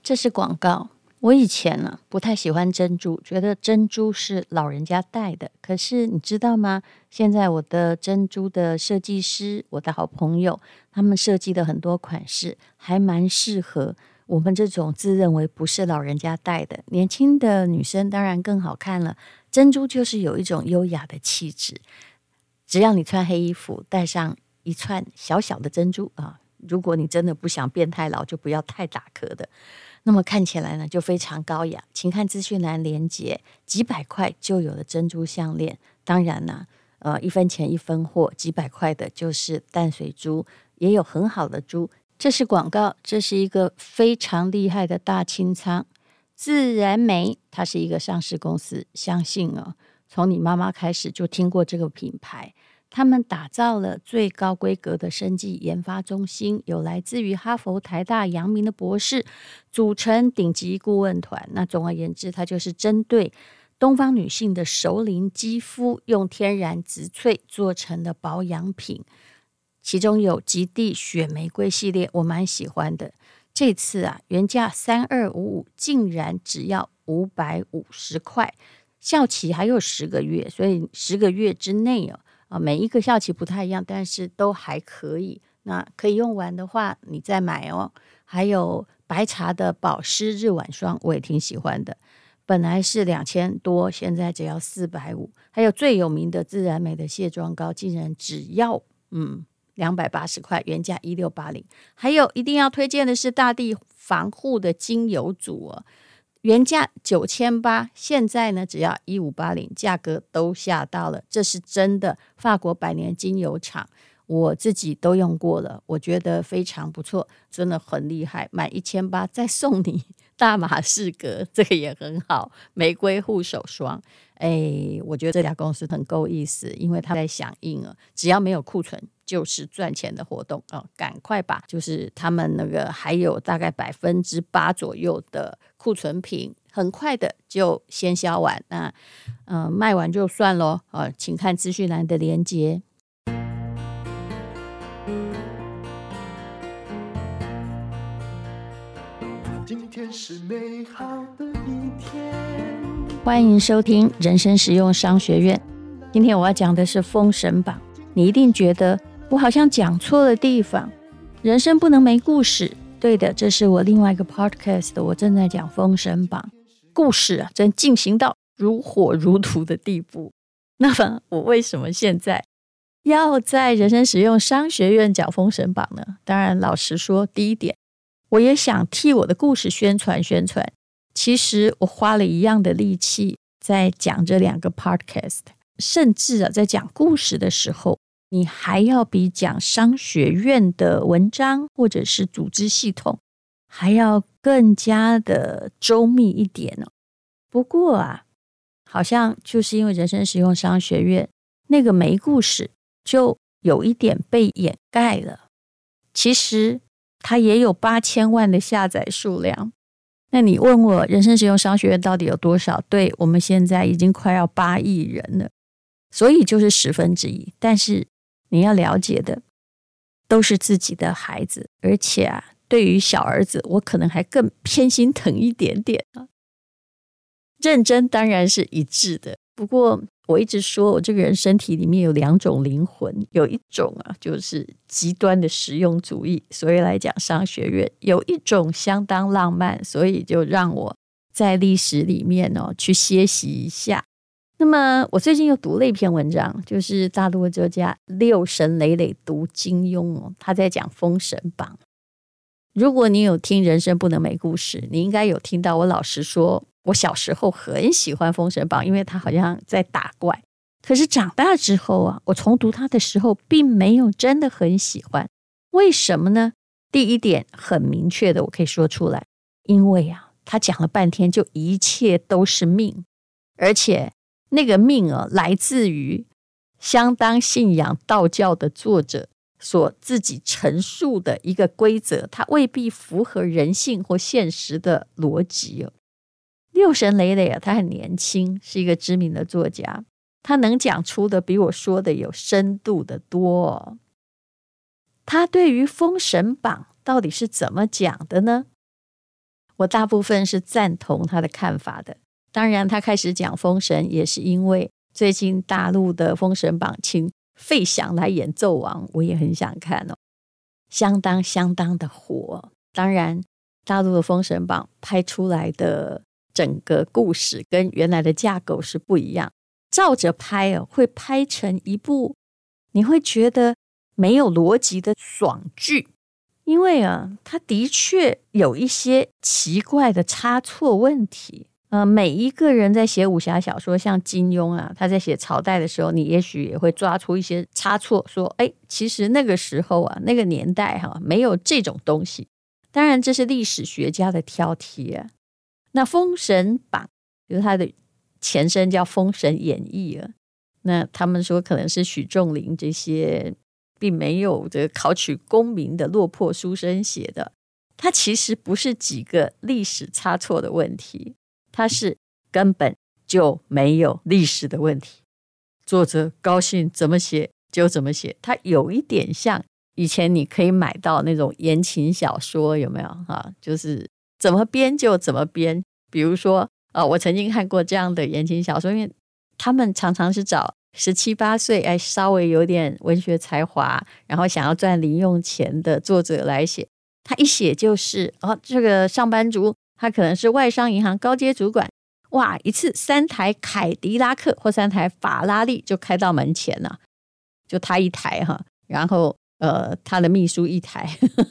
这是广告。我以前呢不太喜欢珍珠，觉得珍珠是老人家戴的。可是你知道吗？现在我的珍珠的设计师，我的好朋友，他们设计的很多款式还蛮适合我们这种自认为不是老人家戴的年轻的女生，当然更好看了。珍珠就是有一种优雅的气质，只要你穿黑衣服，戴上一串小小的珍珠啊，如果你真的不想变太老，就不要太大颗的。那么看起来呢，就非常高雅。请看资讯栏连结，几百块就有了珍珠项链。当然啦，1分钱1分货，几百块的就是淡水珠，也有很好的珠。这是广告，这是一个非常厉害的大清仓。自然美，它是一个上市公司，相信从你妈妈开始就听过这个品牌。他们打造了最高规格的生技研发中心，有来自于哈佛、台大、阳明的博士组成顶级顾问团。那总而言之，它就是针对东方女性的熟龄肌肤，用天然植萃做成的保养品。其中有极地雪玫瑰系列，我蛮喜欢的。这次原价3255，竟然只要550块，效期还有10个月，所以10个月之内每一个效期不太一样，但是都还可以。那可以用完的话，你再买哦。还有白茶的保湿日晚霜，我也挺喜欢的，本来是2000多，现在只要450。还有最有名的自然美的卸妆膏，竟然只要280块，原价1680。还有一定要推荐的是大地防护的精油组原价9800，现在呢只要1580，价格都吓到了。这是真的法国百年精油厂，我自己都用过了，我觉得非常不错，真的很厉害。买1800再送你大马士革，这个也很好。玫瑰护手霜，我觉得这家公司很够意思，因为他在响应只要没有库存就是赚钱的活动赶快吧，就是他们那个还有大概8%左右的库存品，很快的就先销完。那卖完就算咯请看资讯栏的连结。今天是美好的一天，欢迎收听人生实用商学院。今天我要讲的是封神榜。你一定觉得我好像讲错了地方，人生不能没故事。对的，这是我另外一个 podcast， 我正在讲封神榜，故事正进行到如火如荼的地步。那么我为什么现在要在人生实用商学院讲封神榜呢？当然老实说，第一点，我也想替我的故事宣传。其实我花了一样的力气在讲这2个 podcast， 甚至在讲故事的时候，你还要比讲商学院的文章或者是组织系统还要更加的周密一点不过好像就是因为人生实用商学院那个没故事，就有一点被掩盖了。其实它也有8000万的下载数量。那你问我人生实用商学院到底有多少？对，我们现在已经快要8亿人了，所以就是1/10。但是你要了解的都是自己的孩子，而且对于小儿子，我可能还更偏心疼一点点认真当然是一致的，不过我一直说我这个人身体里面有2种灵魂，有一种就是极端的实用主义，所以来讲商学院；有一种相当浪漫，所以就让我在历史里面去歇息一下。那么我最近又读了一篇文章，就是大陆的作家6神磊磊读金庸他在讲封神榜。如果你有听人生不能没故事，你应该有听到我老实说，我小时候很喜欢封神榜，因为他好像在打怪。可是长大之后我重读他的时候并没有真的很喜欢。为什么呢？第一点很明确的我可以说出来，因为他讲了半天就一切都是命，而且那个命来自于相当信仰道教的作者所自己陈述的一个规则，它未必符合人性或现实的逻辑6神磊磊他很年轻，是一个知名的作家，他能讲出的比我说的有深度的多他对于封神榜到底是怎么讲的呢？ 我大部分是赞同他的看法的。当然他开始讲封神也是因为最近大陆的封神榜请费翔来演纣王，我也很想看哦，相当的火。当然大陆的封神榜拍出来的整个故事跟原来的架构是不一样，照着拍哦，会拍成一部你会觉得没有逻辑的爽剧。因为它的确有一些奇怪的差错问题。每一个人在写武侠小说，像金庸他在写朝代的时候，你也许也会抓出一些差错，说其实那个时候那个年代没有这种东西。当然这是历史学家的挑剔那封神榜就是它的前身叫封神演义那他们说可能是许仲林这些并没有这个考取功名的落魄书生写的，它其实不是几个历史差错的问题，它是根本就没有历史的问题，作者高兴怎么写就怎么写。它有一点像以前你可以买到那种言情小说，有没有就是怎么编就怎么编。比如说我曾经看过这样的言情小说，因为他们常常是找17、18岁稍微有点文学才华，然后想要赚零用钱的作者来写。他一写就是这个上班族他可能是外商银行高阶主管，哇，一次3台凯迪拉克或3台法拉利就开到门前了，就他一台然后他的秘书一台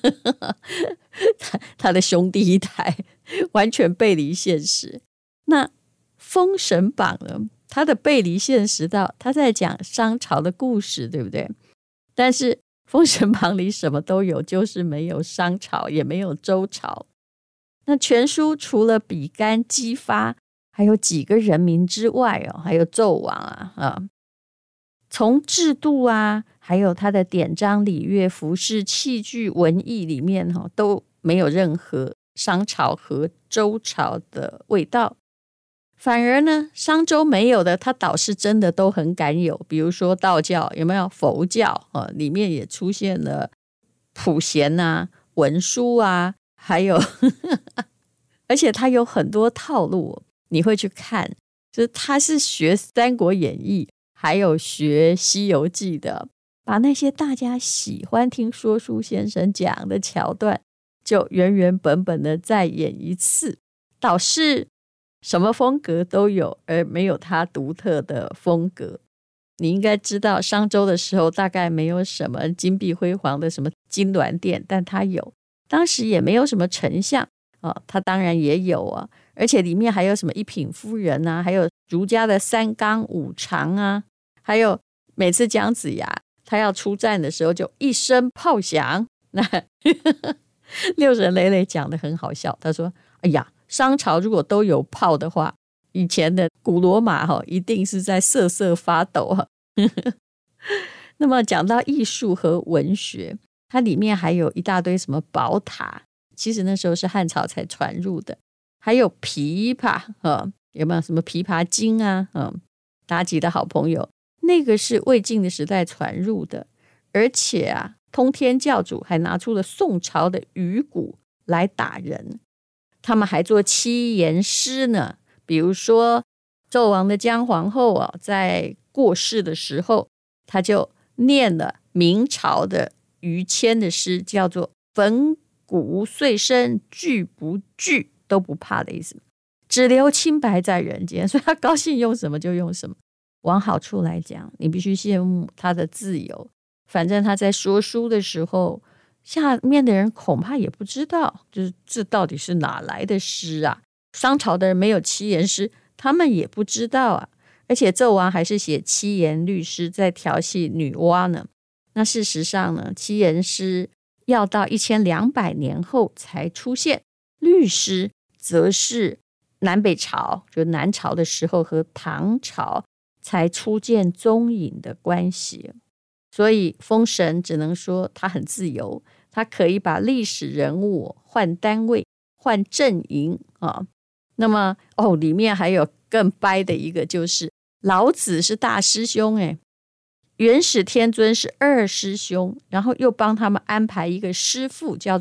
他的兄弟一台，完全背离现实。那封神榜呢，他的背离现实到他在讲商朝的故事，对不对？但是封神榜里什么都有，就是没有商朝也没有周朝。那全书除了比干姬发还有几个人名之外还有纣王从制度还有他的典章礼乐服饰器具文艺里面都没有任何商朝和周朝的味道。反而呢商周没有的他倒是真的都很敢有。比如说道教有没有，佛教里面也出现了普贤文书还有而且他有很多套路你会去看，就是他是学三国演义还有学西游记的，把那些大家喜欢听说书先生讲的桥段就原原本本的再演一次，导致什么风格都有，而没有他独特的风格。你应该知道商周的时候大概没有什么金碧辉煌的什么金銮殿，但他有。当时也没有什么丞相他当然也有而且里面还有什么一品夫人还有儒家的三纲五常还有每次姜子牙他要出战的时候就一声炮响。那六神磊磊讲得很好笑，他说哎呀，商朝如果都有炮的话，以前的古罗马一定是在瑟瑟发抖那么讲到艺术和文学，它里面还有一大堆什么宝塔，其实那时候是汉朝才传入的，还有琵琶有没有什么琵琶精妲己的好朋友，那个是魏晋的时代传入的。而且通天教主还拿出了宋朝的鱼鼓来打人，他们还做七言诗呢。比如说纣王的姜皇后在过世的时候，他就念了明朝的于谦的诗，叫做粉骨碎身惧不惧，都不怕的意思，只留清白在人间。所以他高兴用什么就用什么。往好处来讲，你必须羡慕他的自由，反正他在说书的时候，下面的人恐怕也不知道就是这到底是哪来的诗商朝的人没有七言诗，他们也不知道而且纣王还是写七言律诗在调戏女娲呢。那事实上呢，七言诗要到1200年后才出现，律诗则是南北朝就南朝的时候和唐朝才出现踪影的关系。所以封神只能说他很自由，他可以把历史人物换单位换阵营那么里面还有更掰的一个，就是老子是大师兄元始天尊是二师兄，然后又帮他们安排一个师父叫做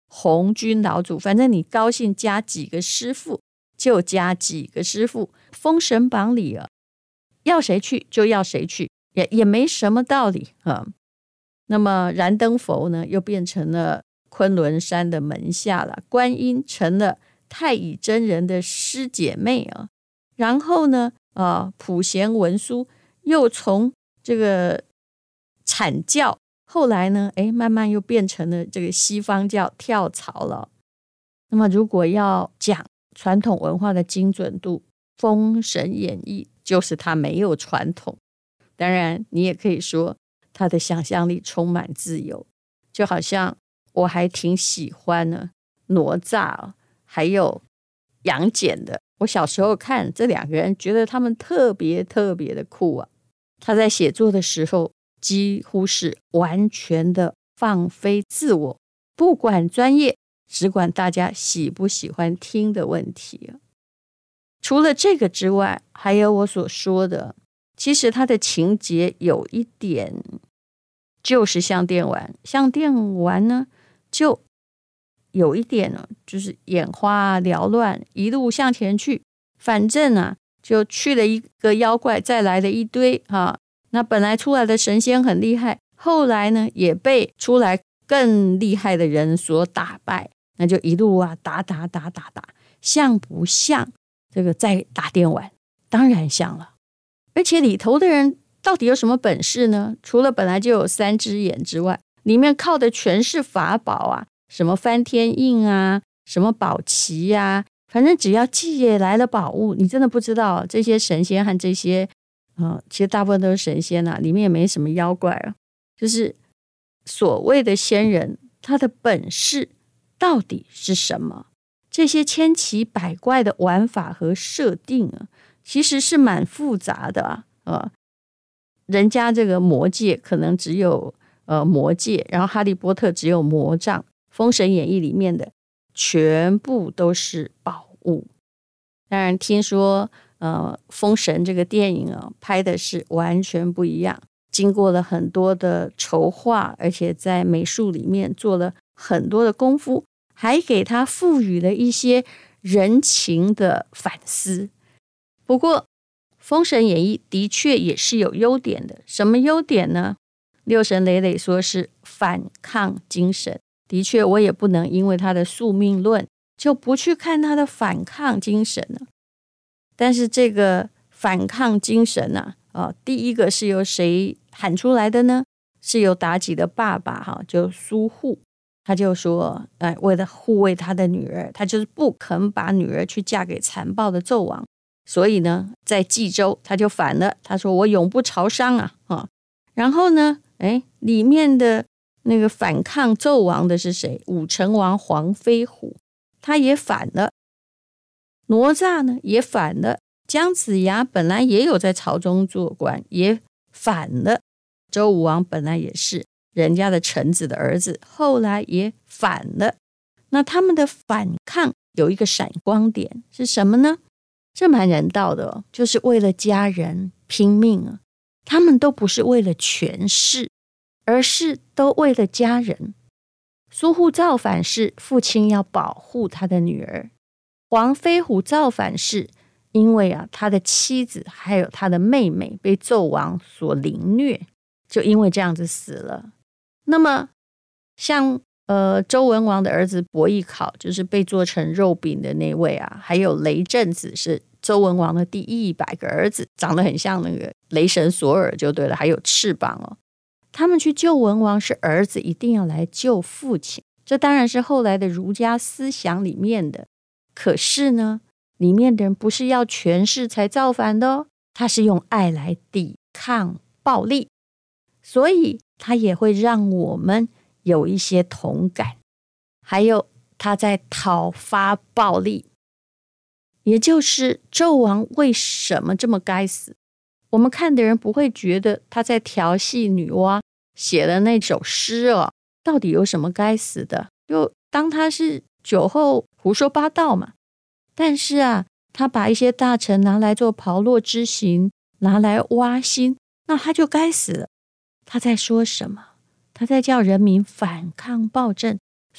红军老祖，反正你高兴加几个师傅就加几个师傅。封神榜里要谁去就要谁去，也没什么道理啊。那么燃灯佛呢，又变成了昆仑山的门下了，观音成了太乙真人的师姐妹啊。然后呢，普贤文殊又从这个阐教，后来呢，慢慢又变成了这个西方教跳槽了。那么如果要讲传统文化的精准度，《封神演义》就是它没有传统。当然你也可以说他的想象力充满自由，就好像我还挺喜欢呢哪吒还有杨戬的。我小时候看这两个人，觉得他们特别特别的酷啊。他在写作的时候几乎是完全的放飞自我，不管专业，只管大家喜不喜欢听的问题。除了这个之外，还有我所说的，其实它的情节有一点就是像电玩呢，就有一点呢，就是眼花缭乱，一路向前去，反正啊，就去了一个妖怪，再来了一堆那本来出来的神仙很厉害，后来呢也被出来更厉害的人所打败，那就一路打，像不像这个在打电玩？当然像了。而且里头的人到底有什么本事呢？除了本来就有3只眼之外，里面靠的全是法宝什么翻天印什么宝旗反正只要借来了宝物，你真的不知道这些神仙和这些其实大部分都是神仙里面也没什么妖怪就是所谓的仙人，他的本事到底是什么？这些千奇百怪的玩法和设定其实是蛮复杂的人家这个魔界可能只有魔界，然后哈利波特只有魔杖，封神演义里面的全部都是宝物。当然听说封神这个电影拍的是完全不一样，经过了很多的筹划，而且在美术里面做了很多的功夫，还给他赋予了一些人情的反思。不过封神演义的确也是有优点的。什么优点呢？六神磊磊说是反抗精神，的确我也不能因为他的宿命论就不去看他的反抗精神了。但是这个反抗精神第一个是由谁喊出来的呢？是由妲己的爸爸就苏护，他就说为了护卫他的女儿，他就是不肯把女儿去嫁给残暴的纣王，所以呢在冀州他就反了，他说我永不朝商然后呢里面的那个反抗纣王的是谁？武成王黄飞虎，他也反了。哪吒呢也反了，姜子牙本来也有在朝中做官，也反了。周武王本来也是人家的臣子的儿子，后来也反了。那他们的反抗有一个闪光点是什么呢？这蛮人道的就是为了家人拼命他们都不是为了权势，而是都为了家人。苏护造反是父亲要保护他的女儿，黄飞虎造反是因为他的妻子还有他的妹妹被纣王所凌虐，就因为这样子死了。那么像周文王的儿子伯邑考，就是被做成肉饼的那位还有雷震子是周文王的第100个儿子，长得很像那个雷神索尔就对了，还有翅膀他们去救文王是儿子一定要来救父亲，这当然是后来的儒家思想里面的。可是呢，里面的人不是要权势才造反的他是用爱来抵抗暴力，所以他也会让我们有一些同感。还有他在讨伐暴力，也就是纣王为什么这么该死，我们看的人不会觉得他在调戏女娲写的那首诗到底有什么该死的，就当他是酒后胡说八道嘛。但是他把一些大臣拿来做炮烙之刑，拿来挖心，那他就该死了。他在说什么？他在叫人民反抗暴政，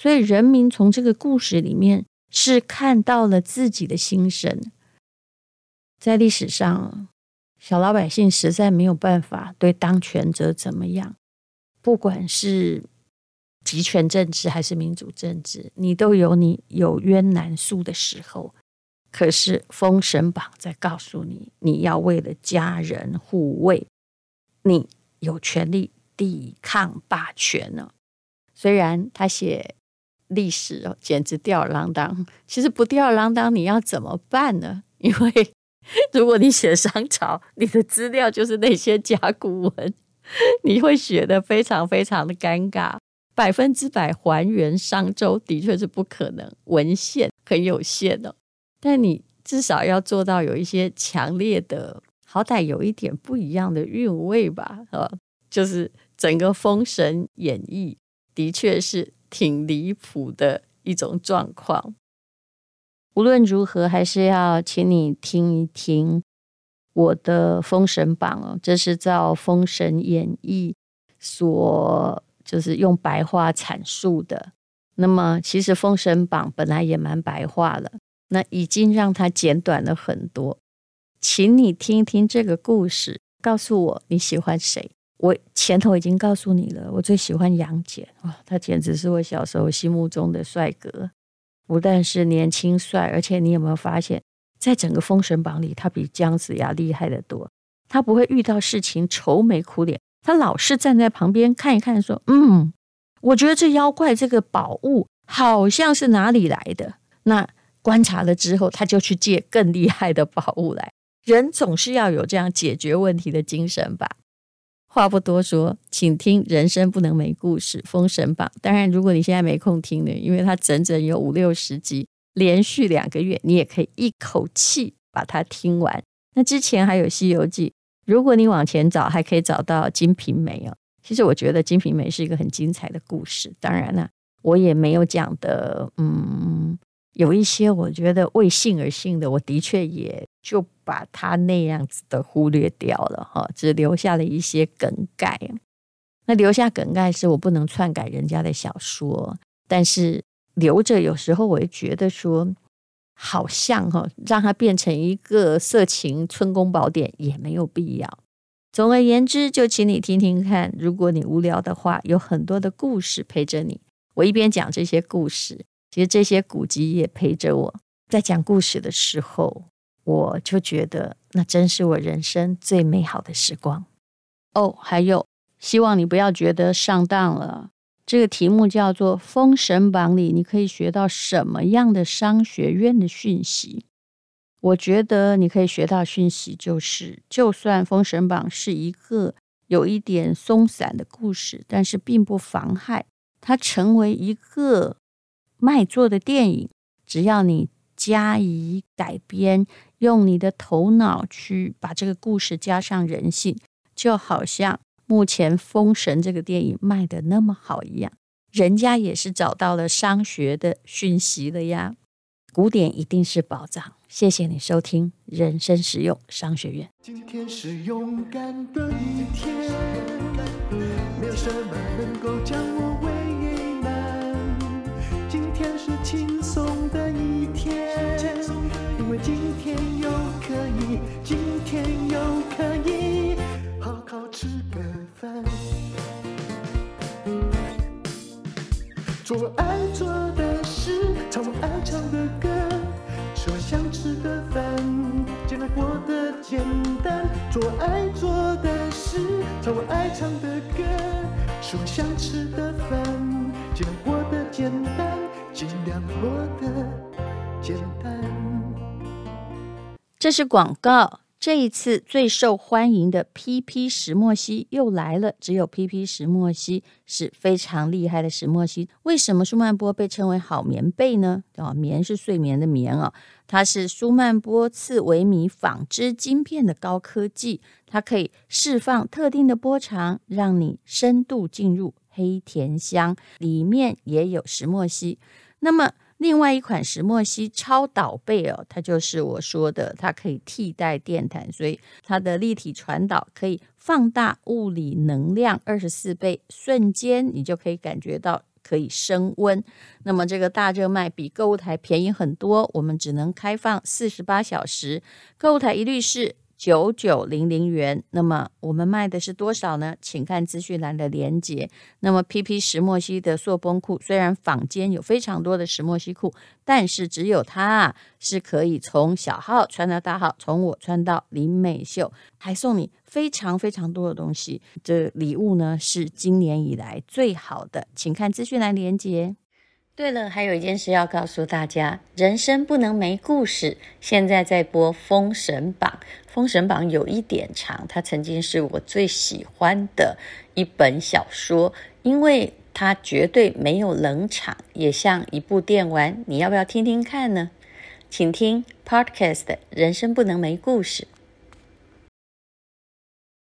所以人民从这个故事里面是看到了自己的心声。在历史上，小老百姓实在没有办法对当权者怎么样，不管是集权政治还是民主政治，你都有你有冤难诉的时候。可是《封神榜》在告诉你，你要为了家人护卫，你有权利抵抗霸权呢。虽然他写历史简直吊儿郎当，其实不吊儿郎当，你要怎么办呢？因为如果你写商朝，你的资料就是那些甲骨文，你会写得非常非常的尴尬，100%还原商周的确是不可能，文献很有限哦。但你至少要做到有一些强烈的，好歹有一点不一样的韵味吧。就是整个《封神演义》的确是挺离谱的一种状况。无论如何，还是要请你听一听我的《封神榜》这是照《封神演义》所就是用白话阐述的。那么其实《封神榜》本来也蛮白话了，那已经让它简短了很多。请你听一听这个故事，告诉我你喜欢谁。我前头已经告诉你了，我最喜欢杨戬，他简直是我小时候心目中的帅哥。不但是年轻帅，而且你有没有发现，在整个《封神榜》里，他比姜子牙厉害得多。他不会遇到事情愁眉苦脸，他老是站在旁边看一看，说我觉得这妖怪这个宝物好像是哪里来的。那观察了之后，他就去借更厉害的宝物来。人总是要有这样解决问题的精神吧。话不多说，请听人生不能没故事《封神榜》。当然如果你现在没空听呢，因为它整整有50-60集，连续2个月你也可以一口气把它听完。那之前还有《西游记》，如果你往前找还可以找到《金瓶梅》其实我觉得《金瓶梅》是一个很精彩的故事。当然了，我也没有讲的有一些我觉得为性而性的，我的确也就把它那样子的忽略掉了只留下了一些梗概。那留下梗概是我不能篡改人家的小说，但是留着有时候我会觉得说好像让它变成一个色情春宫宝典也没有必要。总而言之，就请你听听看，如果你无聊的话，有很多的故事陪着你。我一边讲这些故事，其实这些古籍也陪着我。在讲故事的时候，我就觉得那真是我人生最美好的时光。还有，希望你不要觉得上当了。这个题目叫做《封神榜》里你可以学到什么样的商学院的讯息。我觉得你可以学到讯息就是，就算《封神榜》是一个有一点松散的故事，但是并不妨害它成为一个卖座的电影。只要你加以改编，用你的头脑去把这个故事加上人性，就好像目前《封神》这个电影卖得那么好一样，人家也是找到了商学的讯息了呀。古典一定是宝藏。谢谢你收听人生实用商学院。 今天是勇敢的一天，没有什么能够将我为难。今天是轻松的一天，因为今天又可以好好吃个饭，做我爱做的事，唱我爱唱的歌，吃我想吃的饭，尽量过得简单。做我爱做的事，唱我爱唱的歌，吃我想吃的饭，尽量过得简单，尽量过得简单。 这是广告。这一次最受欢迎的 PP 石墨烯又来了，只有 PP 石墨烯是非常厉害的石墨烯。为什么舒曼波被称为好棉被呢？棉是睡眠的棉它是舒曼波次微米纺织晶片的高科技，它可以释放特定的波长，让你深度进入黑甜香，里面也有石墨烯。那么另外一款石墨烯超导被它就是我说的，它可以替代电毯，所以它的立体传导可以放大物理能量24倍，瞬间你就可以感觉到可以升温。那么这个大热卖比购物台便宜很多，我们只能开放48小时，购物台一律是9900元。那么我们卖的是多少呢？请看资讯栏的连结。那么 PP 石墨烯的塑封裤，虽然坊间有非常多的石墨烯裤，但是只有它是可以从小号穿到大号，从我穿到林美秀，还送你非常非常多的东西。这礼物呢是今年以来最好的，请看资讯栏连结。对了，还有一件事要告诉大家，人生不能没故事，现在在播封神榜。封神榜有一点长，它曾经是我最喜欢的一本小说，因为它绝对没有冷场，也像一部电玩。你要不要听听看呢？请听 Podcast 人生不能没故事。